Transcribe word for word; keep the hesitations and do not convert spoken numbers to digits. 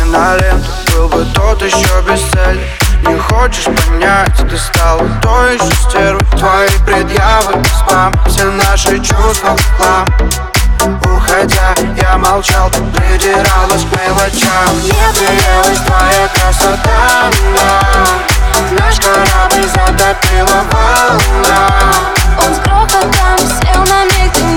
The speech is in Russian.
на ленту, был бы тот еще без цели. Не хочешь понять, ты стала той еще стервой. Твои предъявы, спам, все наши чувства в хлам. Уходя, я молчал, ты придиралась к мелочам. Мне приелась твоя красота, но наш корабль затопила волна. Он с грохотом сел на миг.